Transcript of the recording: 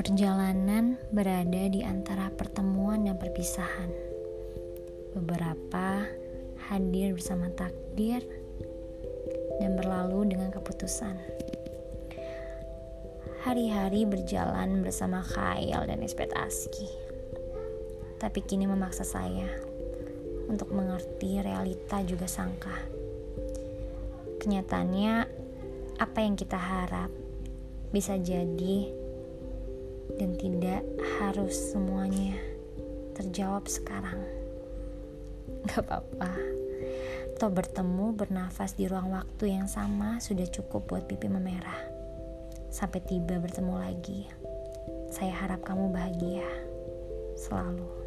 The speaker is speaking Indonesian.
Perjalanan berada di antara pertemuan dan perpisahan. Beberapa hadir bersama takdir dan berlalu dengan keputusan. Hari-hari berjalan bersama khayal dan ekspektasi. Tapi kini memaksa saya untuk mengerti realita juga sangka. Kenyataannya, apa yang kita harap bisa jadi dan tidak harus semuanya terjawab sekarang. Gak apa-apa, toh bertemu bernafas di ruang waktu yang sama sudah cukup buat pipi memerah. Sampai tiba bertemu lagi. Saya harap kamu bahagia selalu.